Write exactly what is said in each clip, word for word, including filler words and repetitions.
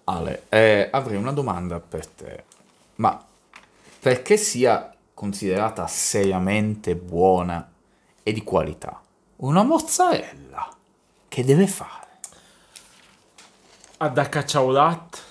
Ale, eh, avrei una domanda per te. Ma perché sia considerata seriamente buona e di qualità una mozzarella? Che deve fare? Ad da cacciaulat.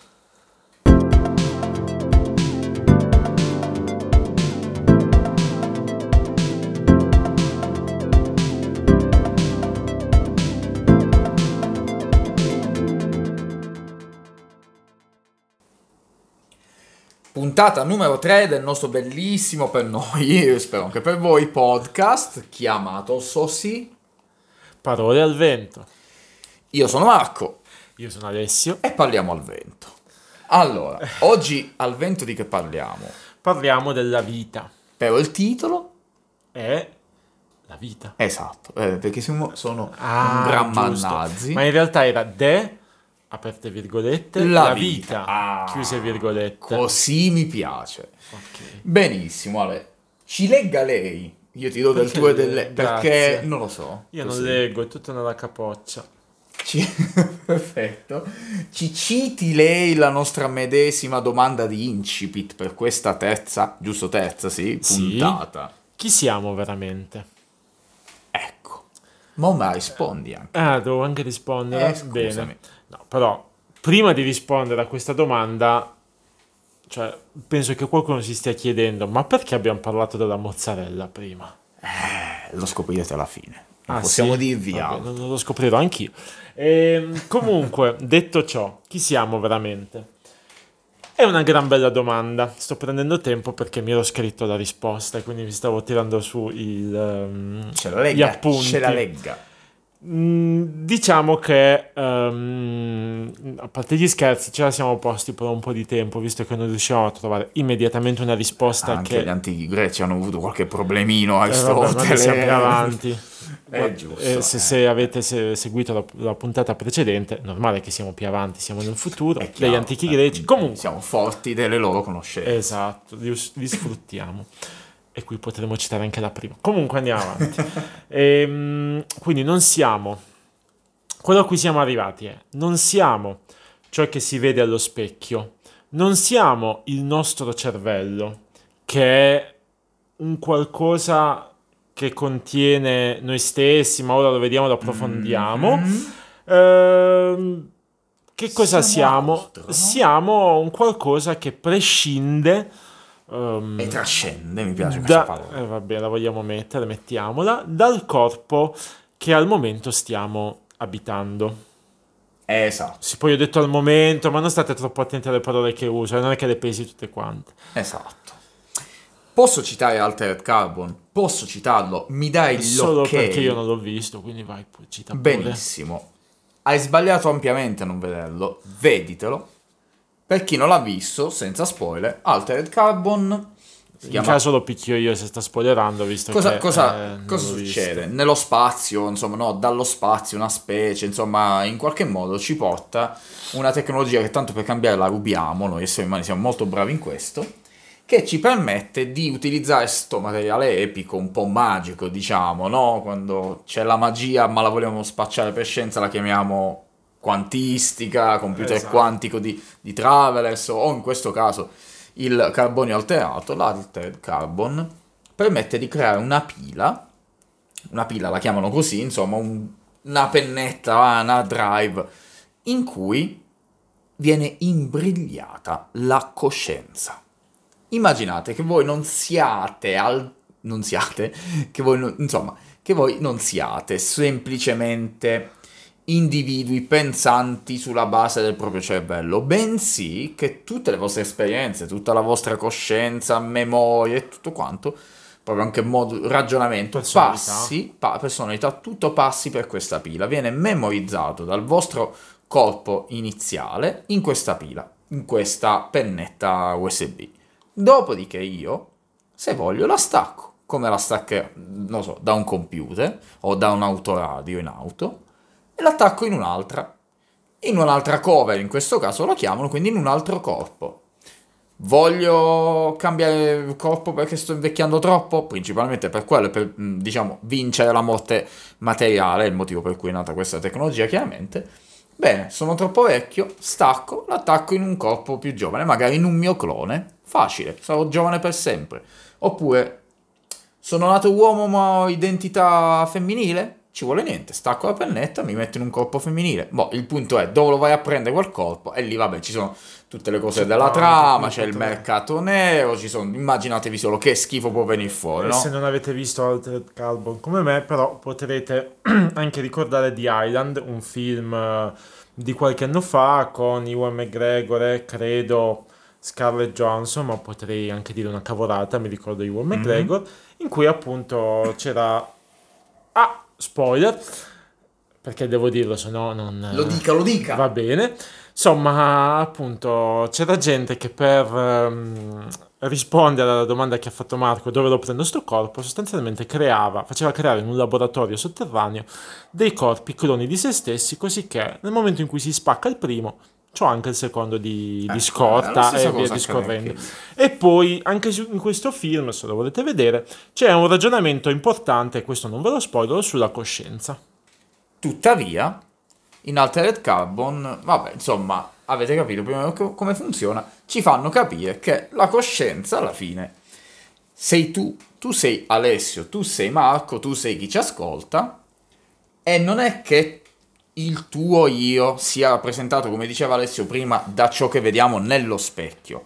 Puntata numero tre del nostro bellissimo per noi, spero anche per voi, podcast chiamato Sossi. Parole al vento. Io sono Marco Io sono Alessio. e parliamo al vento. Allora, oggi al vento di che parliamo? Parliamo della vita. Però il titolo? È la vita. Esatto, eh, perché siamo, sono Ah, un gran giusto. mannazzi. Ma in realtà era de, aperte virgolette, La la, vita. vita, Ah, chiuse virgolette. Così mi piace. Ok. Benissimo, Ale. Ci legga lei. Io ti do del Perché tuo e del lei, le- perché grazie. non lo so. Io così. non leggo, è tutto nella capoccia. Ci... Perfetto. Ci citi lei la nostra medesima domanda di incipit per questa terza, giusto terza, sì, Sì. puntata. Chi siamo veramente? Ecco. Ma me la rispondi anche. Ah, devo anche rispondere? Eh, scusami. Bene. No, però, prima di rispondere a questa domanda, cioè, penso che qualcuno si stia chiedendo, ma perché abbiamo parlato della mozzarella prima? Eh, lo scoprirete alla fine. Non Ah, possiamo sì? dirvi Vabbè, altro. non lo scoprirò anch'io. Ehm, comunque, detto ciò, chi siamo veramente? È una gran bella domanda. Sto prendendo tempo perché mi ero scritto la risposta e quindi mi stavo tirando su il, ehm, Ce la gli legga, appunti. ce la legga. Mm, diciamo che ehm, a parte gli scherzi ce la siamo posti per un po' di tempo, visto che non riuscivamo a trovare immediatamente una risposta Anche che gli antichi greci hanno avuto qualche problemino a Eh, vabbè, ma noi siamo più avanti. È giusto, Eh, se, eh. se avete se- seguito la, la puntata precedente, normale che siamo più avanti, siamo nel futuro, È degli chiaro, antichi eh, greci. Comunque, siamo forti delle loro conoscenze. esatto, li, us- li sfruttiamo. E qui potremo citare anche la prima. Comunque andiamo avanti. Ehm, quindi non siamo, quello a cui siamo arrivati è, non siamo ciò che si vede allo specchio, non siamo il nostro cervello, che è un qualcosa che contiene noi stessi, ma ora lo vediamo, lo approfondiamo. Mm. Ehm, che cosa Siamo siamo? altro, no? Siamo un qualcosa che prescinde ehm, E trascende, mi piace questa da, parola. eh, vabbè, la vogliamo mettere, mettiamola, dal corpo che al momento stiamo abitando. Esatto, Sì, poi ho detto al momento, ma non state troppo attenti alle parole che uso, non è che le pesi tutte quante. esatto. Posso citare Altered Carbon? Posso citarlo? Mi dai Solo l'ok? perché io non l'ho visto, quindi vai, poi cita pure. Benissimo. Hai sbagliato ampiamente a non vederlo. Veditelo. Per chi non l'ha visto, senza spoiler, Altered Carbon si In chiama... caso lo picchio io se sta spoilerando, visto Cosa, che cosa- eh, non cosa l'ho succede? visto. Nello spazio, insomma, no, dallo spazio una specie, insomma, in qualche modo ci porta una tecnologia che tanto per cambiare la rubiamo, noi esseri umani siamo molto bravi in questo, che ci permette di utilizzare questo materiale epico, un po' magico, diciamo, no? Quando c'è la magia ma la vogliamo spacciare per scienza la chiamiamo quantistica, computer Esatto. quantico di, di Travelers, o in questo caso il carbonio alterato, l'altered carbon, permette di creare una pila, una pila la chiamano così, insomma, un- una pennetta, una drive, in cui viene imbrigliata la coscienza. Immaginate che voi non siate al... non siate, che voi non- insomma, che voi non siate semplicemente individui pensanti sulla base del proprio cervello, bensì che tutte le vostre esperienze, tutta la vostra coscienza, memoria e tutto quanto, proprio anche modo, ragionamento, Personalità. passi, pa- personalità, tutto passi per questa pila, viene memorizzato dal vostro corpo iniziale in questa pila, in questa pennetta U S B. Dopodiché io, se voglio, la stacco, come la stacco, non so, da un computer o da un autoradio in auto, e l'attacco in un'altra, in un'altra cover, in questo caso lo chiamano, quindi in un altro corpo. Voglio cambiare il corpo perché sto invecchiando troppo? Principalmente per quello, per, diciamo, vincere la morte materiale, è il motivo per cui è nata questa tecnologia, chiaramente. Bene, sono troppo vecchio, stacco, l'attacco in un corpo più giovane, magari in un mio clone. Facile, sarò giovane per sempre. Oppure, sono nato uomo ma ho identità femminile? Ci vuole niente, stacco la pennetta, mi metto in un corpo femminile. Boh, il punto è, dove lo vai a prendere quel corpo? E lì, vabbè, ci sono tutte le cose C'è della tanto, trama, qui c'è il potrei- mercato nero, ci sono... Immaginatevi solo che schifo può venire fuori, E no? se non avete visto Altered Carbon come me, però potrete anche ricordare The Island, un film eh, di qualche anno fa con Ewan McGregor e credo Scarlett Johansson, ma potrei anche dire una cavolata, mi ricordo Ewan McGregor, in cui appunto c'era... Ah, spoiler, perché devo dirlo, se no non... Lo dica, lo dica! Va bene. Insomma, appunto, c'era gente che per ehm, rispondere alla domanda che ha fatto Marco, dove lo prendo sto corpo, sostanzialmente creava, faceva creare in un laboratorio sotterraneo dei corpi cloni di se stessi, così che nel momento in cui si spacca il primo, c'ho anche il secondo di, di Eh, è la scorta stessa e via cosa discorrendo. accade E poi, anche su- in questo film, se lo volete vedere, c'è un ragionamento importante, e questo non ve lo spoilerò, sulla coscienza. Tuttavia, in Altered Carbon, vabbè, insomma, avete capito più o meno co- come funziona, ci fanno capire che la coscienza, alla fine, sei tu, tu sei Alessio, tu sei Marco, tu sei chi ci ascolta, e non è che il tuo io sia rappresentato, come diceva Alessio prima, da ciò che vediamo nello specchio,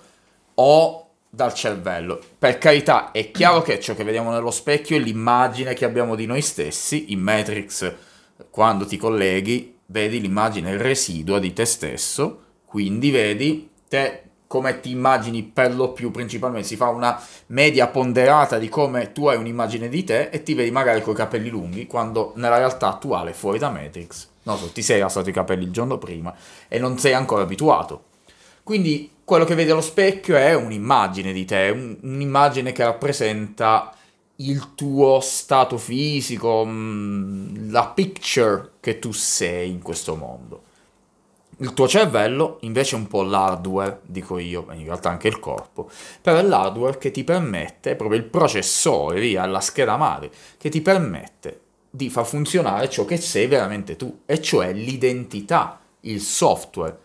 o dal cervello. Per carità, è chiaro che ciò che vediamo nello specchio è l'immagine che abbiamo di noi stessi. In Matrix, quando ti colleghi, vedi l'immagine residua di te stesso, quindi vedi te come ti immagini per lo più, principalmente si fa una media ponderata di come tu hai un'immagine di te e ti vedi magari con i capelli lunghi, quando nella realtà attuale, fuori da Matrix, non so, ti sei rasato i capelli il giorno prima e non sei ancora abituato. Quindi quello che vedi allo specchio è un'immagine di te, un- un'immagine che rappresenta il tuo stato fisico, mm, la picture che tu sei in questo mondo. Il tuo cervello invece è un po' l'hardware, dico io, in realtà anche il corpo, però è l'hardware che ti permette, è proprio il processore, via, la scheda madre, che ti permette di far funzionare ciò che sei veramente tu, e cioè l'identità, il software,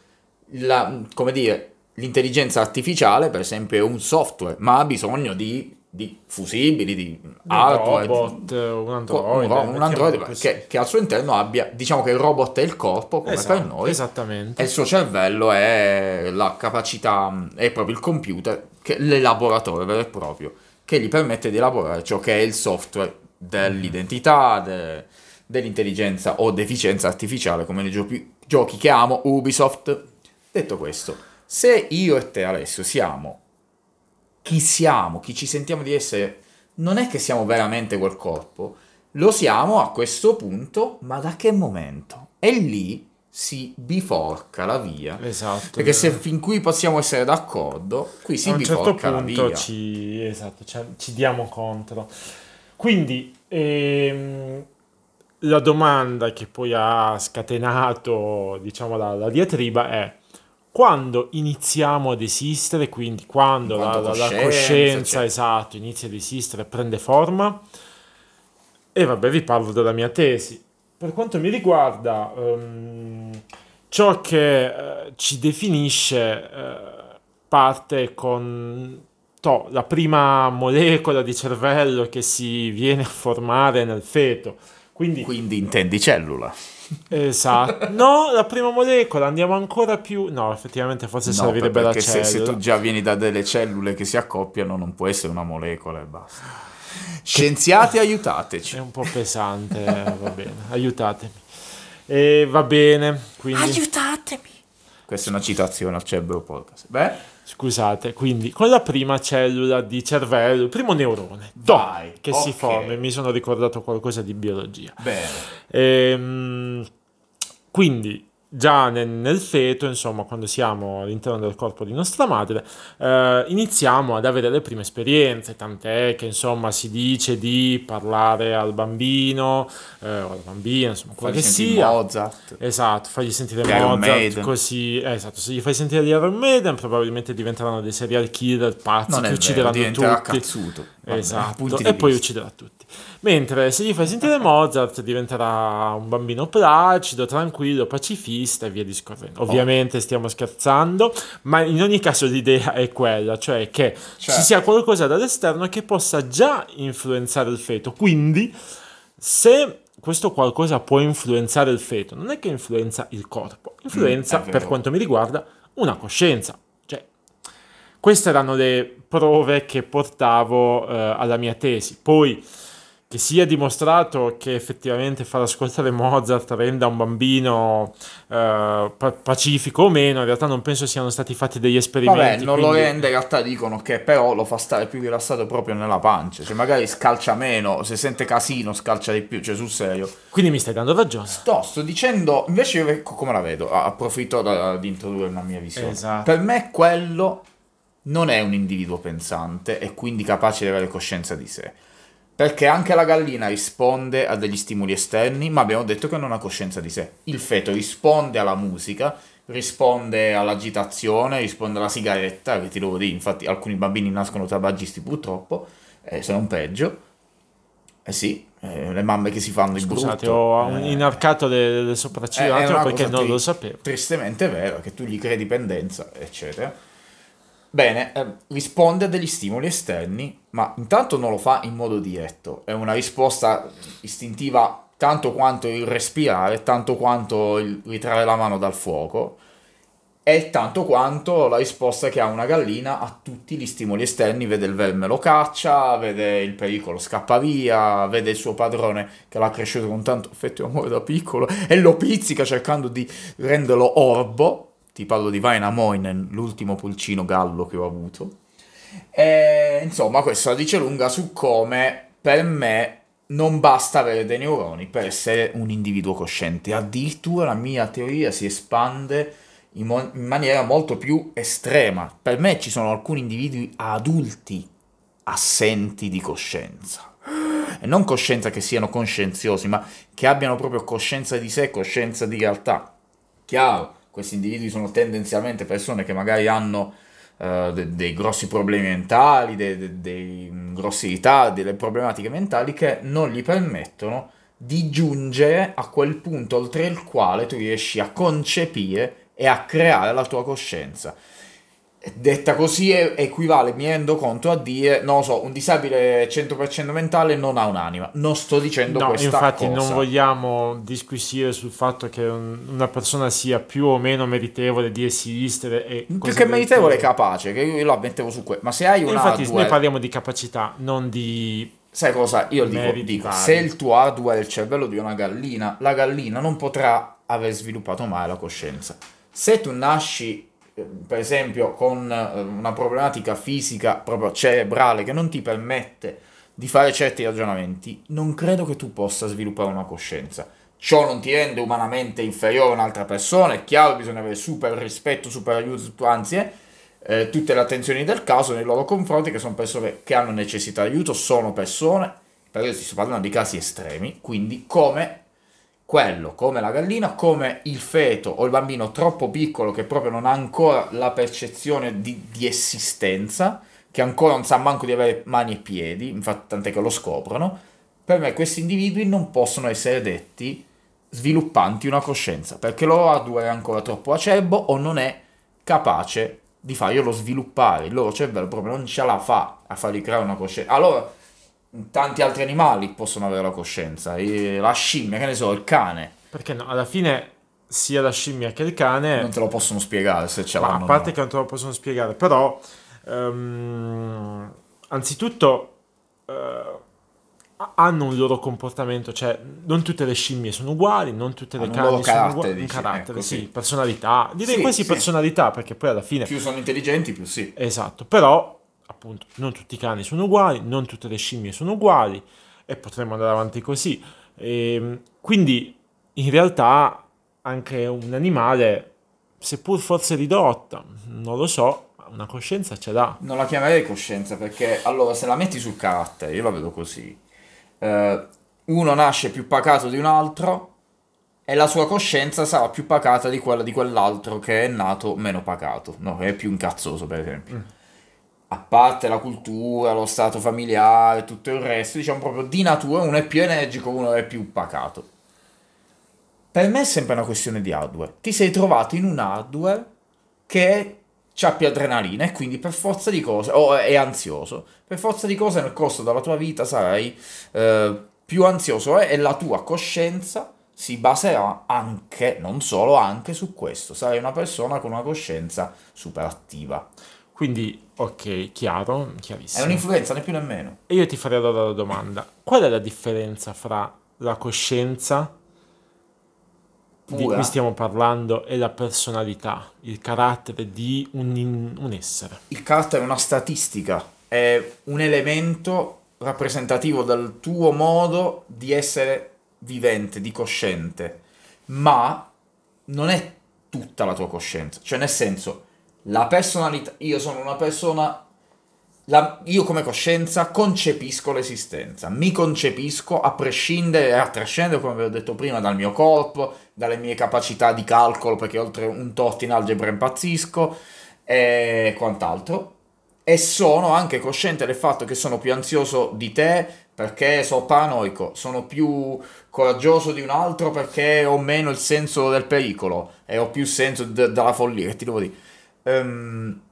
la- come dire, l'intelligenza artificiale, per esempio, è un software, ma ha bisogno di, di fusibili, di Un hardware, robot, un un, androide, ro- un mettiamolo androide così. che, che al suo interno abbia, diciamo che il robot è il corpo, come Esatto, per noi, esattamente. e il suo cervello è la capacità, è proprio il computer, che, l'elaboratore vero e proprio, che gli permette di elaborare ciò che è il software dell'identità, de- dell'intelligenza o deficienza artificiale, come nei giochi, giochi che amo, Ubisoft. Detto questo, se io e te, Alessio, siamo chi siamo, chi ci sentiamo di essere, non è che siamo veramente quel corpo, lo siamo a questo punto, ma da che momento? E lì si biforca la via. Esatto. Perché se fin qui possiamo essere d'accordo, qui si a un certo biforca la punto via. ci, esatto, ci, ci diamo contro. Quindi ehm, la domanda che poi ha scatenato, diciamo, la, la diatriba è: quando iniziamo ad esistere, quindi quando In la, quanto la- la coscienza, coscienza, cioè. esatto, inizia ad esistere, prende forma. E vabbè, vi parlo della mia tesi. Per quanto mi riguarda, ehm, ciò che eh, ci definisce eh, parte con to, la prima molecola di cervello che si viene a formare nel feto. Quindi, Quindi intendi cellula. esatto. No, la prima molecola, andiamo ancora più... No, effettivamente forse No, servirebbe la perché se, se cellula. tu già vieni da delle cellule che si accoppiano, non può essere una molecola e basta. Scienziati, aiutateci. È un po' pesante, eh, va bene, aiutatemi. E va bene, quindi... Aiutatemi. Questa è una citazione al Cerbero Podcast. Beh, Scusate, quindi con la prima cellula di cervello, il primo neurone, to, vai. che si ok. forma, e mi sono ricordato qualcosa di biologia. Bene. Ehm, quindi già nel, nel feto, insomma, quando siamo all'interno del corpo di nostra madre, eh, iniziamo ad avere le prime esperienze, tant'è che insomma si dice di parlare al bambino eh, o alla bambina, insomma, quello Fagli che sentire sia. Mozart. Esatto, fagli sentire Iron Mozart, Maiden. così, eh, esatto, se gli fai sentire gli Iron Maiden probabilmente diventeranno dei serial killer pazzi Non che è vero, uccideranno diventerà tutti. cazzuto. Vabbè, Esatto, punti di e poi vista. ucciderà tutti. Mentre se gli fai sentire Mozart diventerà un bambino placido, tranquillo, pacifico, vista e via discorrendo. Ovviamente oh. stiamo scherzando, ma in ogni caso l'idea è quella, cioè che certo. ci sia qualcosa dall'esterno che possa già influenzare il feto. Quindi, se questo qualcosa può influenzare il feto, non è che influenza il corpo, influenza, mm, per quanto mi riguarda, una coscienza. Cioè, queste erano le prove che portavo eh, alla mia tesi. Poi, che sia dimostrato che effettivamente far ascoltare Mozart renda un bambino eh, pa- pacifico o meno, in realtà non penso siano stati fatti degli esperimenti. Vabbè, non quindi... lo rende, in realtà dicono che però lo fa stare più rilassato proprio nella pancia, cioè magari scalcia meno, se sente casino scalcia di più, cioè sul serio. Quindi mi stai dando ragione. Sto, sto dicendo, invece io come la vedo, approfitto da, di introdurre una mia visione. Esatto. Per me quello non è un individuo pensante e quindi capace di avere coscienza di sé. Perché anche la gallina risponde a degli stimoli esterni, ma abbiamo detto che non ha coscienza di sé. Il feto risponde alla musica, risponde all'agitazione, risponde alla sigaretta, che ti devo dire, infatti alcuni bambini nascono tabagisti purtroppo, eh, se non peggio. Eh sì, eh, le mamme che si fanno il brutto. Scusate, ho eh, inarcato le, le sopracciglia perché non tri- lo sapevo. Tristemente vero, che tu gli crei dipendenza, eccetera. Bene, eh, risponde a degli stimoli esterni, ma intanto non lo fa in modo diretto. È una risposta istintiva tanto quanto il respirare, tanto quanto il ritrarre la mano dal fuoco, e tanto quanto la risposta che ha una gallina a tutti gli stimoli esterni. Vede il verme, lo caccia, vede il pericolo, scappa via, vede il suo padrone che l'ha cresciuto con tanto affetto e amore da piccolo e lo pizzica cercando di renderlo orbo. Ti parlo di Vainamoinen, l'ultimo pulcino gallo che ho avuto. E, insomma, questo la dice lunga su come per me non basta avere dei neuroni per essere un individuo cosciente. Addirittura la mia teoria si espande in, mo- in maniera molto più estrema. Per me ci sono alcuni individui adulti assenti di coscienza. E non coscienza che siano coscienziosi, ma che abbiano proprio coscienza di sé, coscienza di realtà. Chiaro. Questi individui sono tendenzialmente persone che magari hanno uh, de- dei grossi problemi mentali, de- de- dei grossi ritardi, delle problematiche mentali che non gli permettono di giungere a quel punto oltre il quale tu riesci a concepire e a creare la tua coscienza. Detta così equivale, mi rendo conto, a dire, non lo so, un disabile cento per cento mentale non ha un'anima. Non sto dicendo no, questa infatti cosa. Non vogliamo disquisire sul fatto che un, una persona sia più o meno meritevole di esistere. E più che meritevole, è capace, che io la mettevo su questo. Ma se hai un infatti hardware... noi parliamo di capacità, non di... Sai cosa? Io dico, dico se il tuo hardware è il cervello di una gallina, la gallina non potrà aver sviluppato mai la coscienza. Se tu nasci, per esempio, con una problematica fisica proprio cerebrale che non ti permette di fare certi ragionamenti, non credo che tu possa sviluppare una coscienza. Ciò non ti rende umanamente inferiore a un'altra persona, è chiaro, bisogna avere super rispetto, super aiuto, anzi, eh, eh, tutte le attenzioni del caso nei loro confronti, che sono persone che hanno necessità di aiuto, sono persone, però io ti sto parlando di casi estremi, quindi come quello, come la gallina, come il feto o il bambino troppo piccolo che proprio non ha ancora la percezione di, di esistenza, che ancora non sa manco di avere mani e piedi, infatti tant'è che lo scoprono. Per me questi individui non possono essere detti sviluppanti una coscienza, perché il loro hardware è ancora troppo acerbo o non è capace di farglielo sviluppare, il loro cervello proprio non ce la fa a fargli creare una coscienza. Allora, tanti altri animali possono avere la coscienza, e la scimmia, che ne so, il cane. Perché no, alla fine sia la scimmia che il cane... Non te lo possono spiegare se ce l'hanno. A parte no. che non te lo possono spiegare, però... Um, anzitutto... Uh, hanno un loro comportamento, cioè non tutte le scimmie sono uguali, non tutte le carni sono uguali, un carattere, ecco, sì, sì, personalità, direi sì, quasi sì. personalità, perché poi alla fine... Più sono intelligenti, più sì. Esatto, però appunto non tutti i cani sono uguali, non tutte le scimmie sono uguali e potremmo andare avanti così. E, quindi in realtà anche un animale, seppur forse ridotta, non lo so, una coscienza ce l'ha. Non la chiamerei coscienza perché allora se la metti sul carattere, io la vedo così. Uh, uno nasce più pacato di un altro e la sua coscienza sarà più pacata di quella di quell'altro che è nato meno pacato, no, che è più incazzoso, per esempio. Mm. A parte la cultura, lo stato familiare, tutto il resto, diciamo proprio di natura uno è più energico, uno è più pacato. Per me è sempre una questione di hardware. Ti sei trovato in un hardware che c'ha più adrenalina e quindi per forza di cose, o è ansioso, per forza di cose nel corso della tua vita sarai eh, più ansioso eh, e la tua coscienza si baserà anche, non solo, anche su questo. Sarai una persona con una coscienza super attiva. Quindi, ok, chiaro, È chiarissimo. un'influenza, né più né meno. E io ti farei allora la domanda: qual è la differenza fra la coscienza di cui Pura. stiamo parlando e la personalità, il carattere di un, in- un essere? Il carattere è una statistica, è un elemento rappresentativo del tuo modo di essere vivente, di cosciente, ma non è tutta la tua coscienza. Cioè, nel senso, la personalità, io sono una persona, la- io come coscienza concepisco l'esistenza, mi concepisco a prescindere, a prescindere, come vi ho detto prima, dal mio corpo, dalle mie capacità di calcolo, perché oltre un tot in algebra impazzisco e quant'altro. E sono anche cosciente del fatto che sono più ansioso di te perché sono paranoico, sono più coraggioso di un altro perché ho meno il senso del pericolo e ho più senso de- della follia, che ti devo dire. Ehm,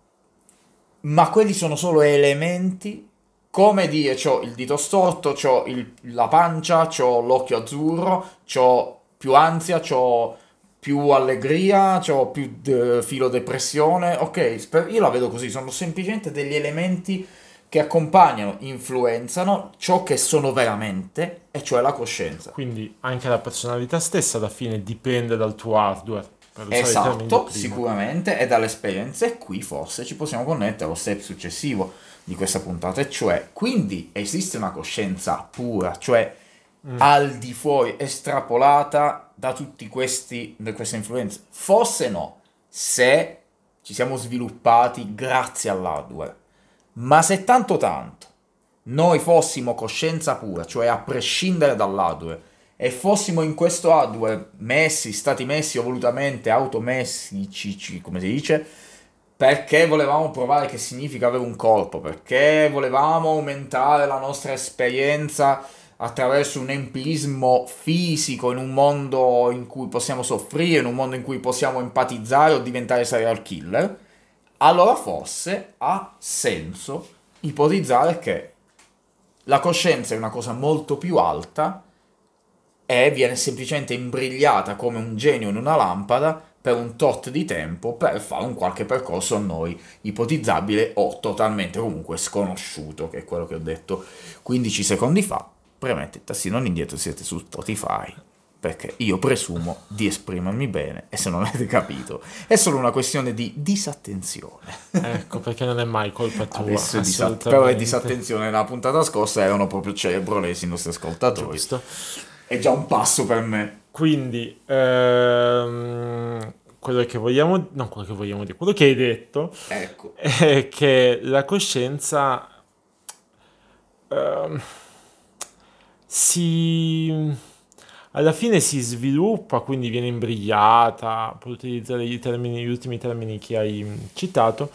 ma quelli sono solo elementi, come dire, c'ho il dito storto, c'ho il- la pancia, c'ho l'occhio azzurro, c'ho più ansia, c'ho più allegria, c'ho più de- filodepressione. Ok, sper- io la vedo così, sono semplicemente degli elementi che accompagnano, influenzano ciò che sono veramente, e cioè la coscienza. Quindi anche la personalità stessa alla fine dipende dal tuo hardware, per usare i termini di Esatto, prima. sicuramente, e dall'esperienza, e qui forse ci possiamo connettere allo step successivo di questa puntata, e cioè, quindi esiste una coscienza pura, cioè al di fuori, estrapolata da tutti questi, da queste influenze? Forse no, se ci siamo sviluppati grazie all'hardware, ma se tanto tanto noi fossimo coscienza pura, cioè a prescindere dall'hardware, e fossimo in questo hardware messi, stati messi o volutamente automessi, ci- ci- come si dice, perché volevamo provare che significa avere un corpo, perché volevamo aumentare la nostra esperienza attraverso un empirismo fisico in un mondo in cui possiamo soffrire, in un mondo in cui possiamo empatizzare o diventare serial killer, allora forse ha senso ipotizzare che la coscienza è una cosa molto più alta e viene semplicemente imbrigliata come un genio in una lampada per un tot di tempo per fare un qualche percorso a noi ipotizzabile o totalmente comunque sconosciuto, che è quello che ho detto quindici secondi fa. Premette il tastino all'indietro, siete su Spotify, perché io presumo di esprimermi bene, e se non avete capito è solo una questione di disattenzione. Ecco perché non è mai colpa tua, Adesso è disat- assolutamente. però è disattenzione, nella puntata scorsa erano proprio cerebrolesi i nostri ascoltatori. Giusto. È già un passo per me. Quindi, ehm, quello che vogliamo, non quello che vogliamo dire, quello che hai detto Ecco. è che la coscienza ehm, si alla fine si sviluppa, quindi viene imbrigliata, per utilizzare i termini, gli ultimi termini che hai mm, citato,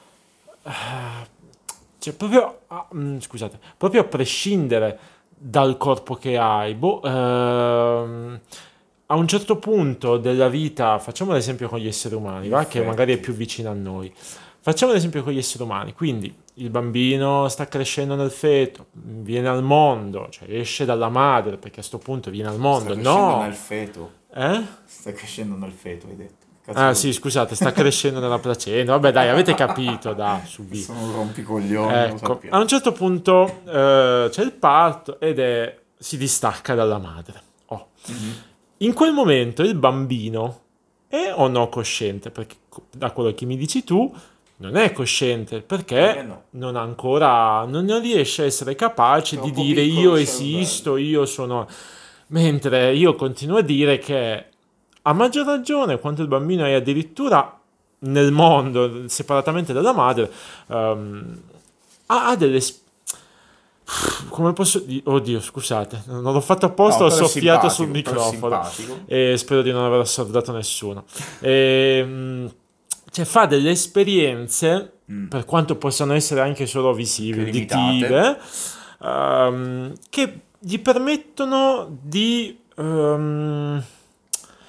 cioè proprio a, mm, scusate, proprio a prescindere dal corpo che hai, boh, ehm, a un certo punto della vita, facciamo l'esempio con gli esseri umani, va? Che magari è più vicino a noi. Facciamo l'esempio con gli esseri umani, quindi il bambino sta crescendo nel feto, viene al mondo, cioè esce dalla madre perché a sto punto viene al Sta mondo, crescendo no? nel feto. Eh? Sta crescendo nel feto, hai detto. Cazzo Ah vuol sì, dire? scusate, sta crescendo nella placenta, vabbè dai, avete capito, dai, subito. Sono un rompicoglioni, lo Ecco, a sappiamo. un certo punto eh, c'è il parto ed è, si distacca dalla madre. Oh. In quel momento il bambino è o no cosciente? Perché co- da quello che mi dici tu non è cosciente perché Eh no. non ha ancora, non, non riesce a essere capace di Troppo dire piccolo io il cervello. esisto, io sono... Mentre io continuo a dire che a maggior ragione quando il bambino è addirittura nel mondo, separatamente dalla madre, ehm, ha, ha delle... sp- come posso dire? Oddio, scusate, non l'ho fatto apposta, No, ho però è soffiato sul simpatico, però è microfono simpatico. e spero di non aver assordato nessuno. Ehm, cioè fa delle esperienze, per quanto possano essere anche solo visive, Anche limitate. uditive, ehm, che gli permettono di... ehm,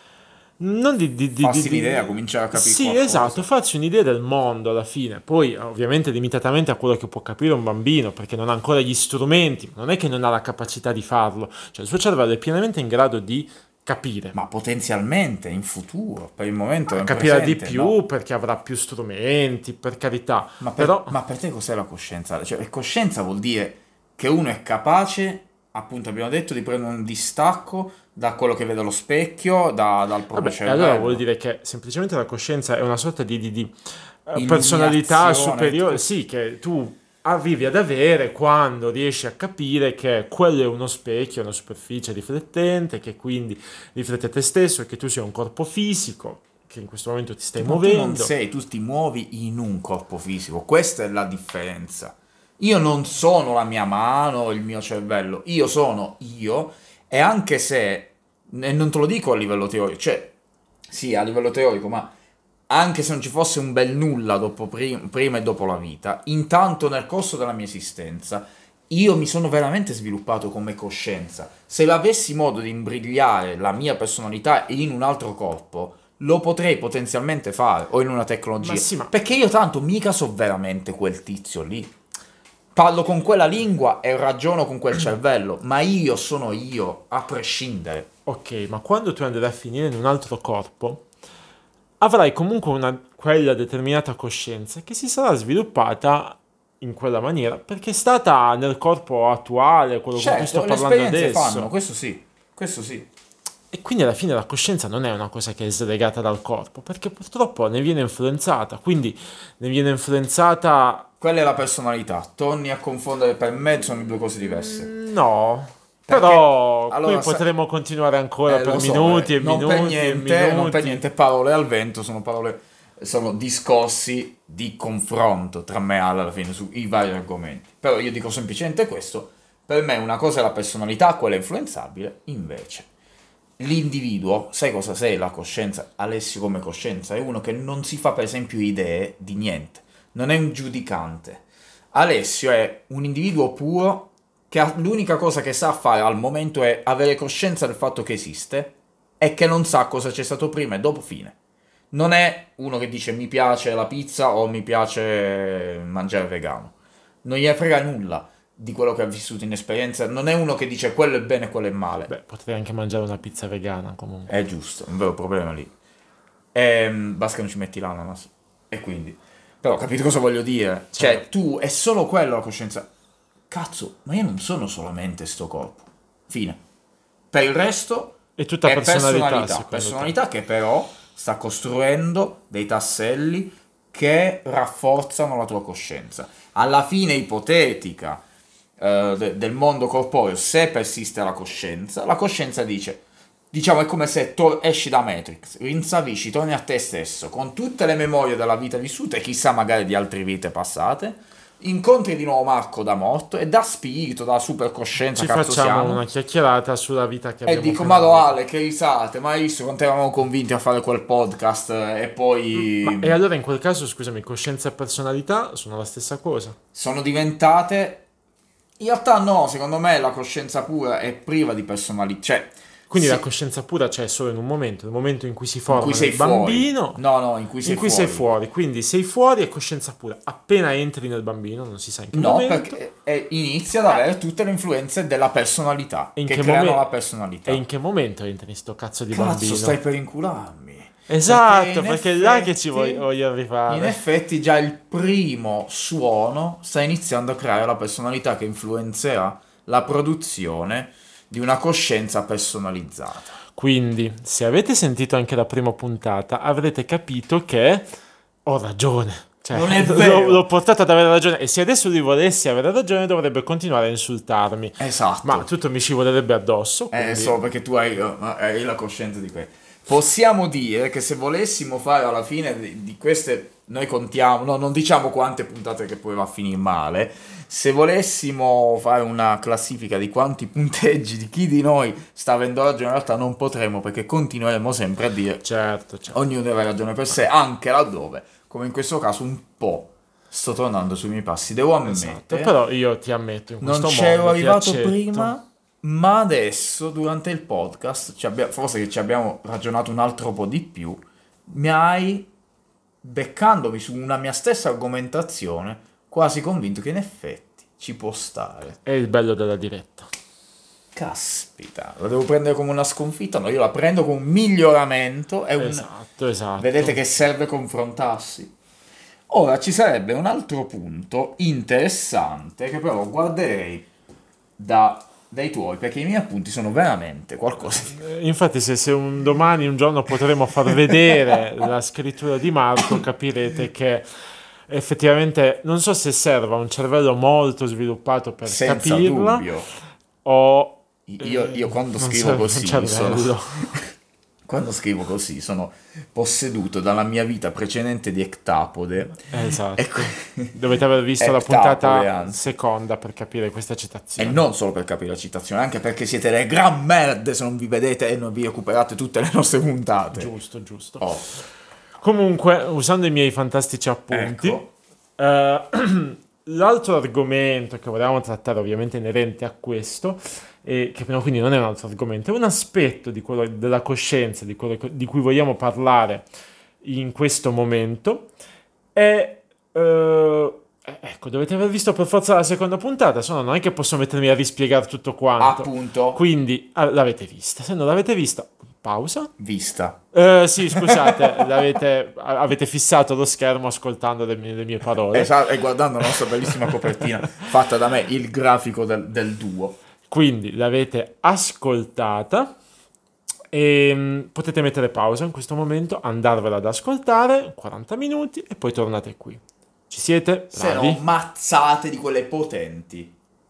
non di, di, di, farsi di- di- un'idea, cominciare a capire Sì, qualcosa. esatto, farsi un'idea del mondo alla fine. Poi, ovviamente, limitatamente a quello che può capire un bambino, perché non ha ancora gli strumenti, non è che non ha la capacità di farlo. Cioè, il suo cervello è pienamente in grado di capire. Ma potenzialmente in futuro, per il momento è in Capirà di presente, più no? perché avrà più strumenti, per carità. Ma per, Però, ma per te cos'è la coscienza? Cioè, coscienza vuol dire che uno è capace, appunto abbiamo detto, di prendere un distacco da quello che vede allo specchio, da- dal proprio vabbè, e cervello. allora vuol dire che semplicemente la coscienza è una sorta di, di- di, eh, Illuminazione, personalità superiore, tutto- sì, che tu arrivi ad avere quando riesci a capire che quello è uno specchio, una superficie riflettente, che quindi riflette te stesso e che tu sia un corpo fisico, che in questo momento ti stai Ma tu non muovendo. sei, tu ti muovi in un corpo fisico, questa è la differenza. Io non sono la mia mano, il mio cervello, io sono io, e anche se, e non te lo dico a livello teorico, cioè, sì, a livello teorico, ma anche se non ci fosse un bel nulla dopo prim- prima e dopo la vita, intanto nel corso della mia esistenza, io mi sono veramente sviluppato come coscienza. Se avessi modo di imbrigliare la mia personalità in un altro corpo, lo potrei potenzialmente fare, o in una tecnologia. Ma sì, ma Perché io tanto mica so veramente quel tizio lì. Parlo con quella lingua e ragiono con quel cervello, ma io sono io, a prescindere. ok, ma quando tu andrai a finire in un altro corpo, avrai comunque una, quella determinata coscienza che si sarà sviluppata in quella maniera perché è stata nel corpo attuale, quello con cui sto Certo, le parlando esperienze fanno, adesso. questo sì, questo sì. E quindi alla fine la coscienza non è una cosa che è slegata dal corpo, perché purtroppo ne viene influenzata, quindi ne viene influenzata. Quella è la personalità. Torni a confondere, per me sono due cose diverse. No, Perché, però qui allora, sa- potremmo continuare ancora eh, per lo so, minuti eh, e non per minuti e niente, non per minuti. niente parole al vento, sono parole, sono discorsi di confronto tra me e Ale alla fine sui vari argomenti. Però io dico semplicemente questo, per me una cosa è la personalità, quella influenzabile, invece l'individuo, sai cosa sei la coscienza? Alessio come coscienza è uno che non si fa per esempio idee di niente, non è un giudicante. Alessio è un individuo puro che ha- l'unica cosa che sa fare al momento è avere coscienza del fatto che esiste e che non sa cosa c'è stato prima e dopo, fine. Non è uno che dice mi piace la pizza o mi piace mangiare vegano. Non gli frega nulla di quello che ha vissuto in esperienza. Non è uno che dice quello è bene e quello è male. Beh, potrei anche mangiare una pizza vegana comunque. È giusto, è un vero problema lì. Ehm, basta che non ci metti l'ananas. E quindi. Però capito cosa voglio dire? Cioè, Certo. tu è solo quello la coscienza. Cazzo, ma io non sono solamente sto corpo. Fine. Per il resto È tutta è personalità, personalità. secondo te. Personalità che però sta costruendo dei tasselli che rafforzano la tua coscienza. Alla fine ipotetica eh, de- del mondo corporeo, se persiste la coscienza, la coscienza dice, diciamo è come se tu esci da Matrix, rinsavisci, torni a te stesso, con tutte le memorie della vita vissuta e chissà magari di altre vite passate, incontri di nuovo Marco da morto e da spirito, da supercoscienza, Ci cazzo facciamo siamo, una chiacchierata sulla vita che e abbiamo dico, appena ma avuto. Ale, che risate, ma hai visto quanto eravamo convinti a fare quel podcast eh, e poi Ma e allora in quel caso, scusami, coscienza e personalità sono la stessa cosa? sono diventate. In realtà no, secondo me la coscienza pura è priva di personalità, cioè Quindi sì, la coscienza pura c'è solo in un momento, nel momento in cui si in forma cui sei nel fuori. bambino, No, no, in cui sei in cui fuori. sei fuori. Quindi sei fuori è coscienza pura. Appena entri nel bambino, non si sa in che No, momento. perché eh, inizia ad avere tutte le influenze della personalità E in che, che creano momen- la personalità. E in che momento entri in sto cazzo di Cazzo, bambino? stai per incularmi. Esatto, in perché è là che ci effetti- voglio, voglio arrivare. In effetti già il primo suono sta iniziando a creare la personalità che influenzerà la produzione di una coscienza personalizzata. Quindi, se avete sentito anche la prima puntata, avrete capito che ho ragione. Cioè, Non è l'ho- vero. L'ho portato ad avere ragione. E se adesso lui volesse avere ragione, dovrebbe continuare a insultarmi. Esatto. Ma tutto mi scivolerebbe addosso. Eh, quindi- solo perché tu hai, eh, hai la coscienza di questo. Possiamo dire che se volessimo fare alla fine di, di queste, noi contiamo, no, non diciamo quante puntate che poi va a finire male, se volessimo fare una classifica di quanti punteggi di chi di noi sta avendo ragione, in realtà non potremo perché continueremo sempre a dire Certo, certo. ognuno deve avere ragione per sé, anche laddove, come in questo caso, un po' sto tornando sui miei passi, devo ammettere. Esatto, però io ti ammetto in Non questo c'ero mondo, ti arrivato accetto. prima Ma adesso, durante il podcast, ci abbia- forse che ci abbiamo ragionato un altro po' di più, mi hai, beccandomi su una mia stessa argomentazione, quasi convinto che in effetti ci può stare. È il bello della diretta. Caspita, la devo prendere come una sconfitta? No, io la prendo come un miglioramento. È un... Esatto, esatto. Vedete che serve confrontarsi. Ora ci sarebbe un altro punto interessante che però guarderei da, dai tuoi, perché i miei appunti sono veramente qualcosa di... Eh, Infatti, se, se un domani, un giorno potremo far vedere la scrittura di Marco, capirete che effettivamente non so se serva un cervello molto sviluppato per Senza capirla dubbio. o Io, io quando non scrivo serve un così cervello. sono... Quando scrivo così sono posseduto dalla mia vita precedente di ectapode. Esatto. E que- Dovete aver visto la Ectapode, puntata anzi. seconda per capire questa E citazione. non solo per capire la citazione, anche perché siete le gran merde se non vi vedete e non vi recuperate tutte le nostre puntate. Giusto, giusto. Oh, Comunque, usando i miei fantastici appunti, ecco. eh, l'altro argomento che volevamo trattare, ovviamente inerente a questo, e che però quindi non è un altro argomento, è un aspetto di quello, della coscienza, di quello di cui vogliamo parlare in questo momento, è... eh, ecco, dovete aver visto per forza la seconda puntata, se no non è che posso mettermi a rispiegare tutto quanto. Appunto, Quindi, ah, l'avete vista. Se non l'avete vista, pausa. vista. Eh, sì, scusate, l'avete, avete fissato lo schermo ascoltando le mie, le mie parole. Esatto, e guardando la nostra bellissima copertina fatta da me, il grafico del, del duo. Quindi l'avete ascoltata e mh, potete mettere pausa in questo momento, andarvela ad ascoltare, quaranta minuti e poi tornate qui. Ci siete? Se Bravi? no, mazzate di quelle potenti.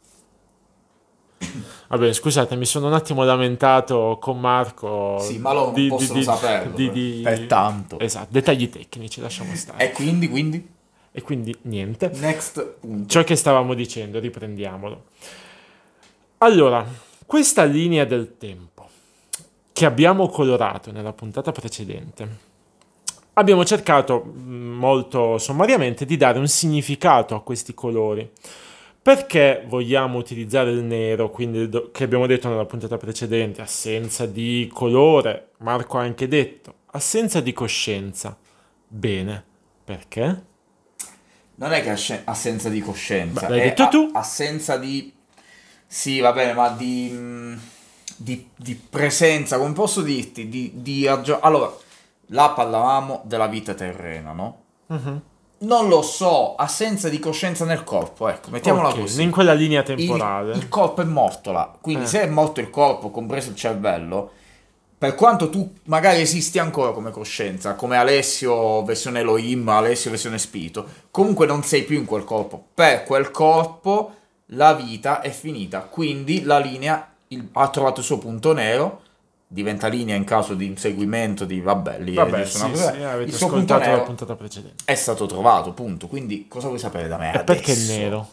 Va bene, scusate, mi sono un attimo lamentato con Marco. Sì, ma loro non possono saperlo, di- per- di- pertanto. Esatto, dettagli tecnici, lasciamo stare. E quindi, quindi, E quindi niente. next punto. Ciò che stavamo dicendo, riprendiamolo. Allora, questa linea del tempo che abbiamo colorato nella puntata precedente, abbiamo cercato mh, molto sommariamente di dare un significato a questi colori. Perché vogliamo utilizzare il nero, quindi do- che abbiamo detto nella puntata precedente, assenza di colore, Marco ha anche detto, assenza di coscienza. Bene, perché? Non è che asce- assenza di coscienza, Beh, l'hai è detto a- tu? assenza di... Sì, va bene, ma di... mh, di, di presenza, come posso dirti? Di, di raggio- Allora, là parlavamo della vita terrena, no? Mhm. Non lo so, assenza di coscienza nel corpo, ecco, mettiamola Ok, così. in quella linea Il, temporale. il corpo è morto là, quindi Eh. se è morto il corpo, compreso il cervello, per quanto tu magari esisti ancora come coscienza, come Alessio versione Elohim, Alessio versione spirito, comunque non sei più in quel corpo. Per quel corpo la vita è finita, quindi la linea il- ha trovato il suo punto nero, diventa linea in caso di inseguimento di, vabbè, lì è Vabbè, giusto una sì, cosa. sì, avete Il suo punto ascoltato la nero puntata precedente. è stato trovato, punto. Quindi cosa vuoi sapere da me E perché il adesso? nero?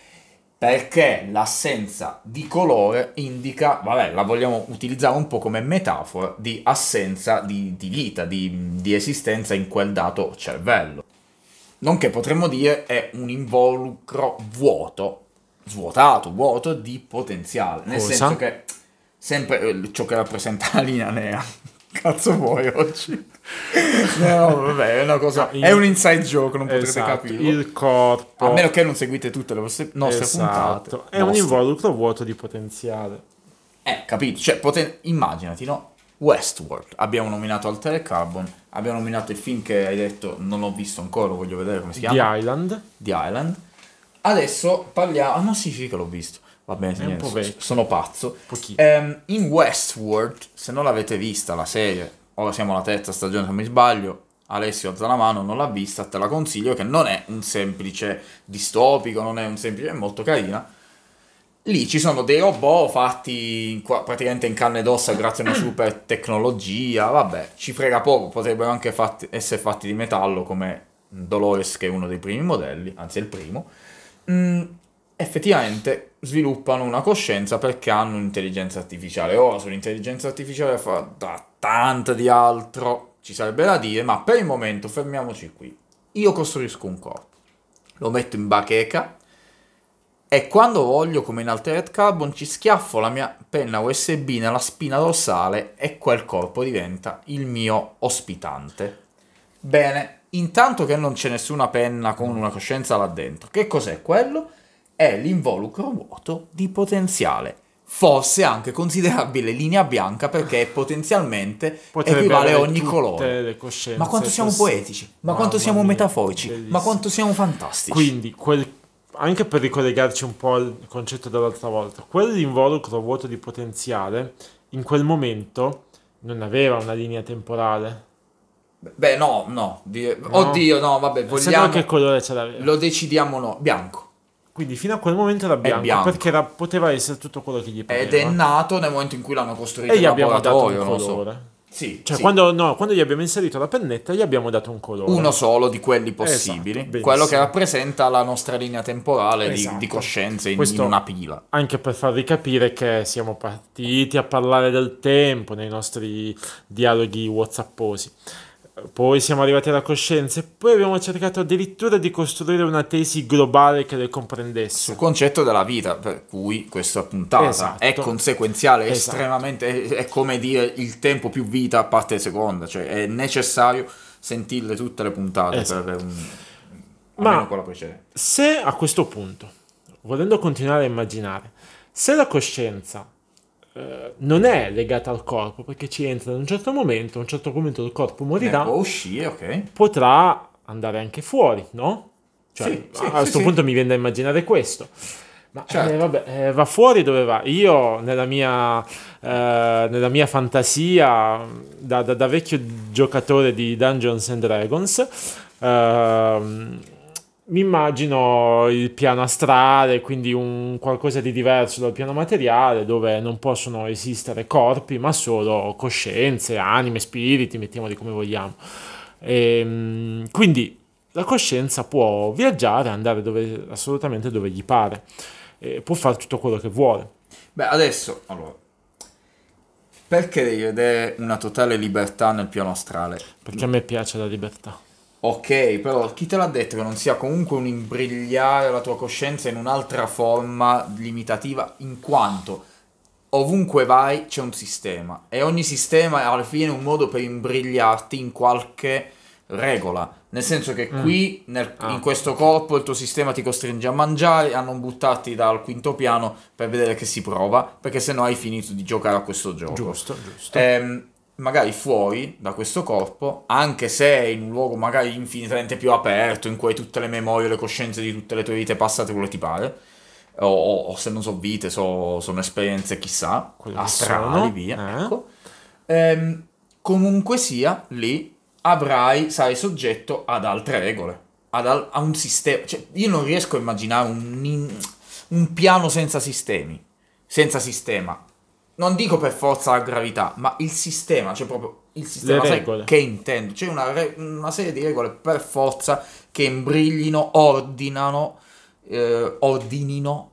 Perché l'assenza di colore indica, vabbè, la vogliamo utilizzare un po' come metafora di assenza di, di vita, di, di esistenza in quel dato cervello. Nonché potremmo dire è un involucro vuoto, svuotato, vuoto di potenziale. Nel Cosa? senso che sempre eh, ciò che rappresenta la linea nera. Cazzo vuoi oggi? No, vabbè, è una cosa. No, il- È un inside joke, non potrete Esatto, capirlo. il corpo. A meno che non seguite tutte le vostre, nostre Esatto, puntate. è un Vostre. involucro vuoto di potenziale. Eh, capito? Cioè, poten- immaginati, no? Westworld. Abbiamo nominato Altered Carbon. Abbiamo nominato il film che hai detto non l'ho visto ancora, lo voglio vedere come si The chiama. Island. The Island. Adesso parliamo. Ah, no, sì, sì, che l'ho visto. Va bene, È un niente, po' so- vecchio. sono pazzo. Pochino. Ehm, in Westworld, se non l'avete vista la serie, ora siamo alla terza stagione se non mi sbaglio, Alessio alza la mano, non l'ha vista, te la consiglio, che non è un semplice distopico, non è un semplice, è molto carina. Lì ci sono dei robot fatti in qua- praticamente in carne ed ossa grazie a una super tecnologia, vabbè, ci frega poco, potrebbero anche fatti- essere fatti di metallo come Dolores che è uno dei primi modelli, anzi è il primo. Mm, effettivamente sviluppano una coscienza perché hanno un'intelligenza artificiale. Ora sull'intelligenza artificiale fa da tanta di altro, ci sarebbe da dire, ma per il momento fermiamoci qui. Io costruisco un corpo, lo metto in bacheca, E quando voglio, come in Altered Carbon, ci schiaffo la mia penna U S B nella spina dorsale e quel corpo diventa il mio ospitante. Bene, intanto che non c'è nessuna penna con una coscienza là dentro, che cos'è quello? È l'involucro vuoto di potenziale. Forse anche considerabile linea bianca, perché potenzialmente Potrebbe equivale a avere ogni tutte colore. le coscienze Ma quanto siamo possibili. poetici, ma Mamma quanto siamo mia, metaforici, bellissimo. ma quanto siamo fantastici. Quindi, quel, anche per ricollegarci un po' al concetto dell'altra volta, quell'involucro vuoto di potenziale in quel momento non aveva una linea temporale. Beh, no, no. di- No? Oddio, no, vabbè, Se no vogliamo... che colore ce l'aveva? Lo decidiamo no, bianco. Quindi fino a quel momento era bianco, bianco. perché era- poteva essere tutto quello che gli pareva. Ed è nato nel momento in cui l'hanno costruito E gli in abbiamo dato un laboratorio, non lo so. colore. Sì, Cioè, sì. quando, no, quando gli abbiamo inserito la pennetta, gli abbiamo dato un colore. Uno solo di quelli possibili, Esatto, benissimo. quello che rappresenta la nostra linea temporale di- Esatto. di, coscienze in, Questo- in una pila. Anche per farvi capire che siamo partiti a parlare del tempo nei nostri dialoghi whatsapposi. Poi siamo arrivati alla coscienza e poi abbiamo cercato addirittura di costruire una tesi globale che le comprendesse. Sul concetto della vita, per cui questa puntata Esatto. è conseguenziale, è Esatto. estremamente, è, è come dire il tempo più vita a parte seconda, cioè è necessario sentirle tutte le puntate Esatto. per un... Ma- almeno quella precedente. Se a questo punto, volendo continuare a immaginare, se la coscienza eh, non è legata al corpo, perché ci entra in un certo momento, a un certo momento il corpo Ne morirà, può uscire, ok? potrà andare anche fuori, no? Cioè, Sì, sì, a sì, questo sì. punto mi viene da immaginare questo. Ma Certo. eh, vabbè, eh, va fuori dove va? Io nella mia, eh, nella mia fantasia, da, da- da vecchio giocatore di Dungeons and Dragons, ehm, mi immagino il piano astrale, quindi un qualcosa di diverso dal piano materiale, dove non possono esistere corpi, ma solo coscienze, anime, spiriti, mettiamoli come vogliamo. Ehm, quindi la coscienza può viaggiare, andare dove, assolutamente dove gli pare, e può fare tutto quello che vuole. Beh, adesso, allora, perché devi vedere una totale libertà nel piano astrale? Perché a me piace la libertà. Ok, però chi te l'ha detto che non sia comunque un imbrigliare la tua coscienza in un'altra forma limitativa, in quanto ovunque vai c'è un sistema e ogni sistema è alla fine un modo per imbrigliarti in qualche regola. Nel senso che qui, nel- Ah, in questo corpo, il tuo sistema ti costringe a mangiare, a non buttarti dal quinto piano per vedere che si prova, perché sennò hai finito di giocare a questo gioco. Giusto, giusto. Ehm, magari fuori da questo corpo, anche se in un luogo magari infinitamente più aperto, in cui hai tutte le memorie, le coscienze di tutte le tue vite passate, quello che ti pare, o, o- o se non so vite, so- sono esperienze chissà, Quello che astrali, sono, via, eh. ecco. Ehm, comunque sia, lì avrai, sarai soggetto ad altre regole, ad al- a un sistema, cioè io non riesco a immaginare un, in- un piano senza sistemi, senza sistema. Non dico per forza la gravità, ma il sistema, cioè proprio il sistema, Le sai regole. che intendo? C'è una, re- una serie di regole per forza che imbriglino, ordinano, eh, ordinino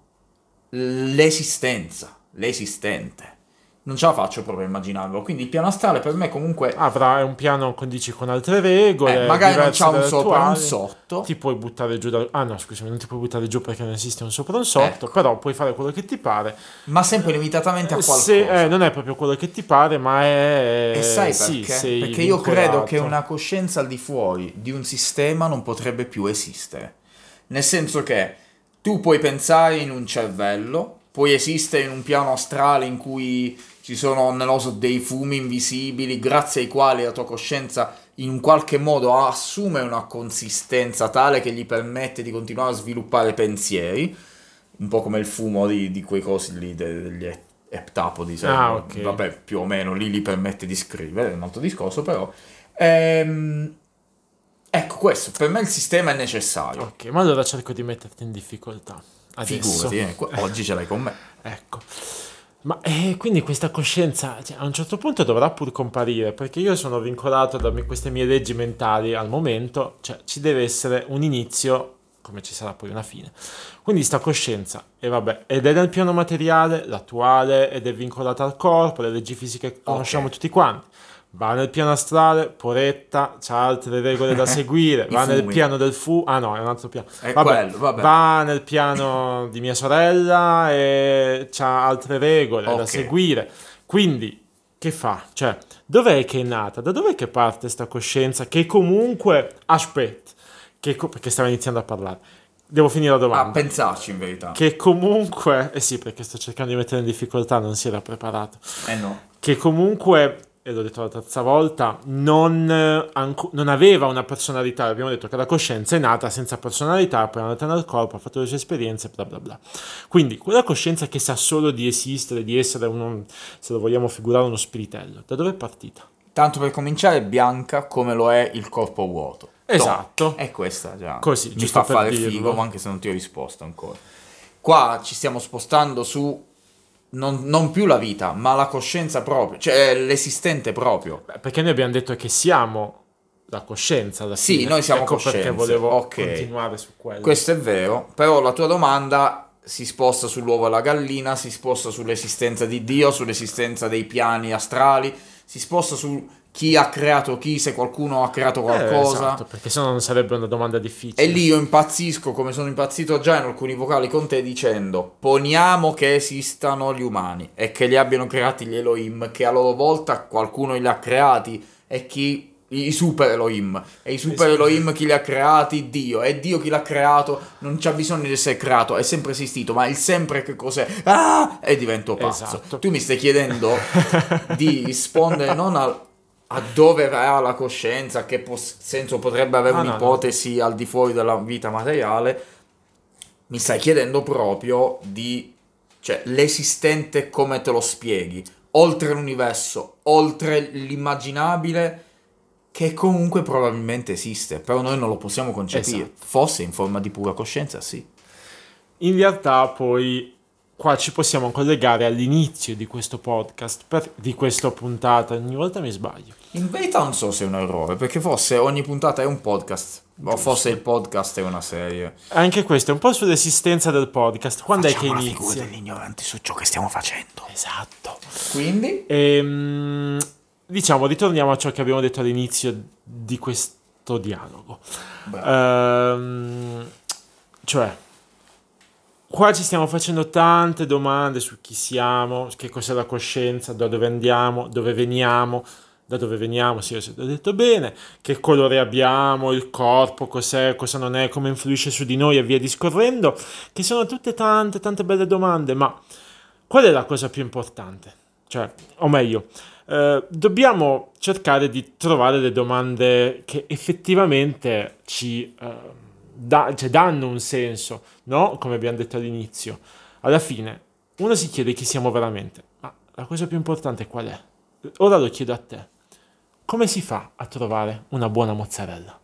l'esistenza, l'esistente. Non ce la faccio proprio a immaginarlo. Quindi il piano astrale per me comunque Avrà un piano, condici, con altre regole. eh, magari non diverse c'ha un dalle sopra e un attuali. sotto. Ti puoi buttare giù da... Ah no, scusami, non ti puoi buttare giù perché non esiste un sopra e un sotto, Ecco. però puoi fare quello che ti pare. Ma sempre limitatamente a qualcosa. Se, eh, non è proprio quello che ti pare, ma è... E sai sì, perché? sei Perché io credo che vincolato. una coscienza al di fuori di un sistema non potrebbe più esistere. Nel senso che tu puoi pensare in un cervello, puoi esistere in un piano astrale in cui ci sono, non lo so, dei fumi invisibili grazie ai quali la tua coscienza in un qualche modo assume una consistenza tale che gli permette di continuare a sviluppare pensieri, un po' come il fumo di, di quei cosi lì, de- degli ep- eptapodi, sai? Ah, ok. Vabbè, più o meno lì gli permette di scrivere, è un altro discorso però. Ehm, ecco, questo, per me il sistema è necessario. Ok, ma allora cerco di metterti in difficoltà. Adesso. Figurati, eh, qua- oggi ce l'hai con me. Ecco. Ma eh, quindi questa coscienza cioè, a un certo punto dovrà pur comparire, perché io sono vincolato da me- queste mie leggi mentali al momento, cioè ci deve essere un inizio, come ci sarà poi una fine. Quindi sta coscienza, e vabbè, ed è nel piano materiale, l'attuale, ed è vincolata al corpo, le leggi fisiche che conosciamo Ok. tutti quanti, va nel piano astrale, poretta, c'ha altre regole da seguire, va nel fumi. piano del fu, ah no, è un altro piano. È Vabbè, quello, vabbè. va nel piano di mia sorella e c'ha altre regole da Ok. seguire. Quindi, che fa? Cioè, dov'è che è nata? Da dov'è che parte sta coscienza che comunque, aspetta, che co- perché stavo iniziando a parlare. Devo finire la A domanda. pensarci in verità. Che comunque, eh sì, perché sto cercando di mettere in difficoltà, non si era preparato. Eh no. Che comunque, e l'ho detto la terza volta, non, eh, anco- non aveva una personalità. Abbiamo detto che la coscienza è nata senza personalità, poi è andata nel corpo, ha fatto le sue esperienze, bla bla bla. Quindi, quella coscienza che sa solo di esistere, di essere uno, se lo vogliamo figurare, uno spiritello, da dove è partita? Tanto per cominciare, bianca come lo è il corpo vuoto. Esatto. Toh. E questa già Così, mi giusto fa per fare dirlo. figo, ma anche se non ti ho risposto ancora. Qua ci stiamo spostando su non, non più la vita, ma la coscienza proprio, cioè l'esistente proprio. Beh, perché noi abbiamo detto che siamo la coscienza alla Sì, fine. noi siamo ecco perché coscienze, volevo ok. continuare su quello. Questo è vero, però la tua domanda si sposta sull'uovo e la gallina, si sposta sull'esistenza di Dio, sull'esistenza dei piani astrali, si sposta su chi ha creato chi, se qualcuno ha creato Eh, qualcosa. esatto, perché sennò non sarebbe una domanda difficile. E lì io impazzisco, come sono impazzito già in alcuni vocali con te, dicendo: poniamo che esistano gli umani e che li abbiano creati gli Elohim, che a loro volta qualcuno li ha creati, e chi i super Elohim, e i super Elohim chi li ha creati? Dio, e Dio chi l'ha creato non c'ha bisogno di essere creato, è sempre esistito, ma il sempre che cos'è? Ah! E divento pazzo. Esatto. Tu mi stai chiedendo di rispondere non al a dove va la coscienza, che pos- senso potrebbe avere Ah, no, un'ipotesi al di fuori della vita materiale. Mi stai chiedendo proprio di, cioè, l'esistente come te lo spieghi, oltre l'universo, oltre l'immaginabile, che comunque probabilmente esiste, però noi non lo possiamo concepire. Esatto. Forse in forma di pura coscienza, sì. In realtà poi qua ci possiamo collegare all'inizio di questo podcast, per- di questa puntata, ogni volta mi sbaglio. In verità non so se è un errore, perché forse ogni puntata è un podcast, o forse il podcast è una serie. Anche questo è un po' sull'esistenza del podcast. Quando è che Facciamo la figura inizia? degli ignoranti su ciò che stiamo facendo. Esatto. Quindi? Ehm, diciamo, ritorniamo a ciò che abbiamo detto all'inizio di questo dialogo. Ehm, cioè, qua ci stiamo facendo tante domande su chi siamo, che cos'è la coscienza, da dove andiamo, dove veniamo, da dove veniamo, sì, ho detto bene, che colore abbiamo, il corpo, cos'è, cosa non è, come influisce su di noi e via discorrendo, che sono tutte tante, tante belle domande, ma qual è la cosa più importante? Cioè, o meglio, eh, dobbiamo cercare di trovare le domande che effettivamente ci eh, da- cioè danno un senso, no? Come abbiamo detto all'inizio. Alla fine, uno si chiede chi siamo veramente, ma la cosa più importante qual è? Ora lo chiedo a te. Come si fa a trovare una buona mozzarella?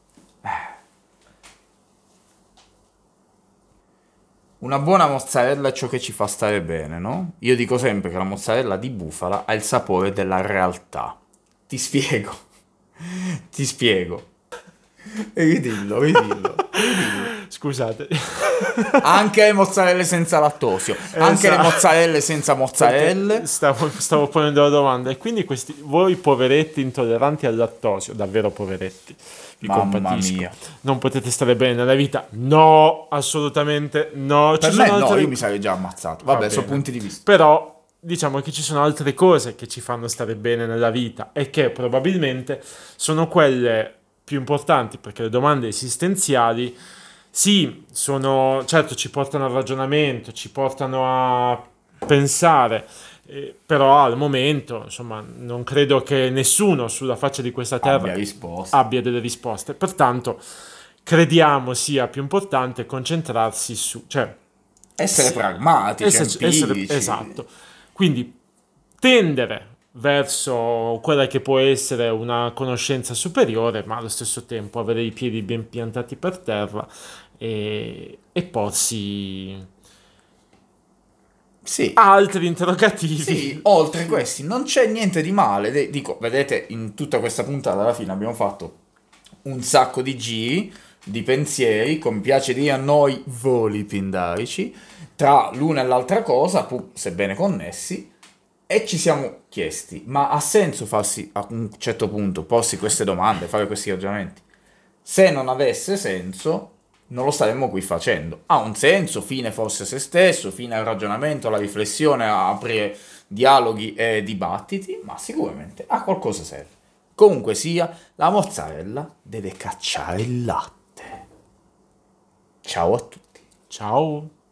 Una buona mozzarella è ciò che ci fa stare bene, no? Io dico sempre che la mozzarella di bufala ha il sapore della realtà. Ti spiego. Ti spiego. Ridillo, ridillo. Scusate. Anche le mozzarelle senza lattosio, anche le Esatto. mozzarelle senza mozzarelle. Perché Stavo, stavo ponendo la domanda e quindi questi, voi poveretti intolleranti al lattosio, davvero poveretti, vi Mamma compatisco. mia. Non potete stare bene nella vita? No, assolutamente no. Per Ci me sono no, altre- io mi sarei già ammazzato. Va Vabbè, sono bene. punti di vista. Però diciamo che ci sono altre cose che ci fanno stare bene nella vita e che probabilmente sono quelle più importanti, perché le domande esistenziali sì, sono, certo ci portano al ragionamento, ci portano a pensare, eh, però al momento, insomma, non credo che nessuno sulla faccia di questa terra Abbia risposto. abbia delle risposte. Pertanto, crediamo sia più importante concentrarsi su, cioè, Essere sì, pragmatici, essere- essere- empirici. esatto. Quindi tendere verso quella che può essere una conoscenza superiore, ma allo stesso tempo avere i piedi ben piantati per terra e, e porsi Sì. altri interrogativi. Sì, oltre questi non c'è niente di male. De- dico, vedete, in tutta questa puntata alla fine abbiamo fatto un sacco di giri, di pensieri, come piace dire a noi, voli pindarici, tra l'una e l'altra cosa, pu- sebbene connessi, E ci siamo chiesti, ma ha senso farsi a un certo punto, porsi queste domande, fare questi ragionamenti? Se non avesse senso, non lo staremmo qui facendo. Ha un senso, fine forse a se stesso, fine al ragionamento, alla riflessione, a aprire dialoghi e dibattiti, ma sicuramente a qualcosa serve. Comunque sia, la mozzarella deve cacciare il latte. Ciao a tutti. Ciao.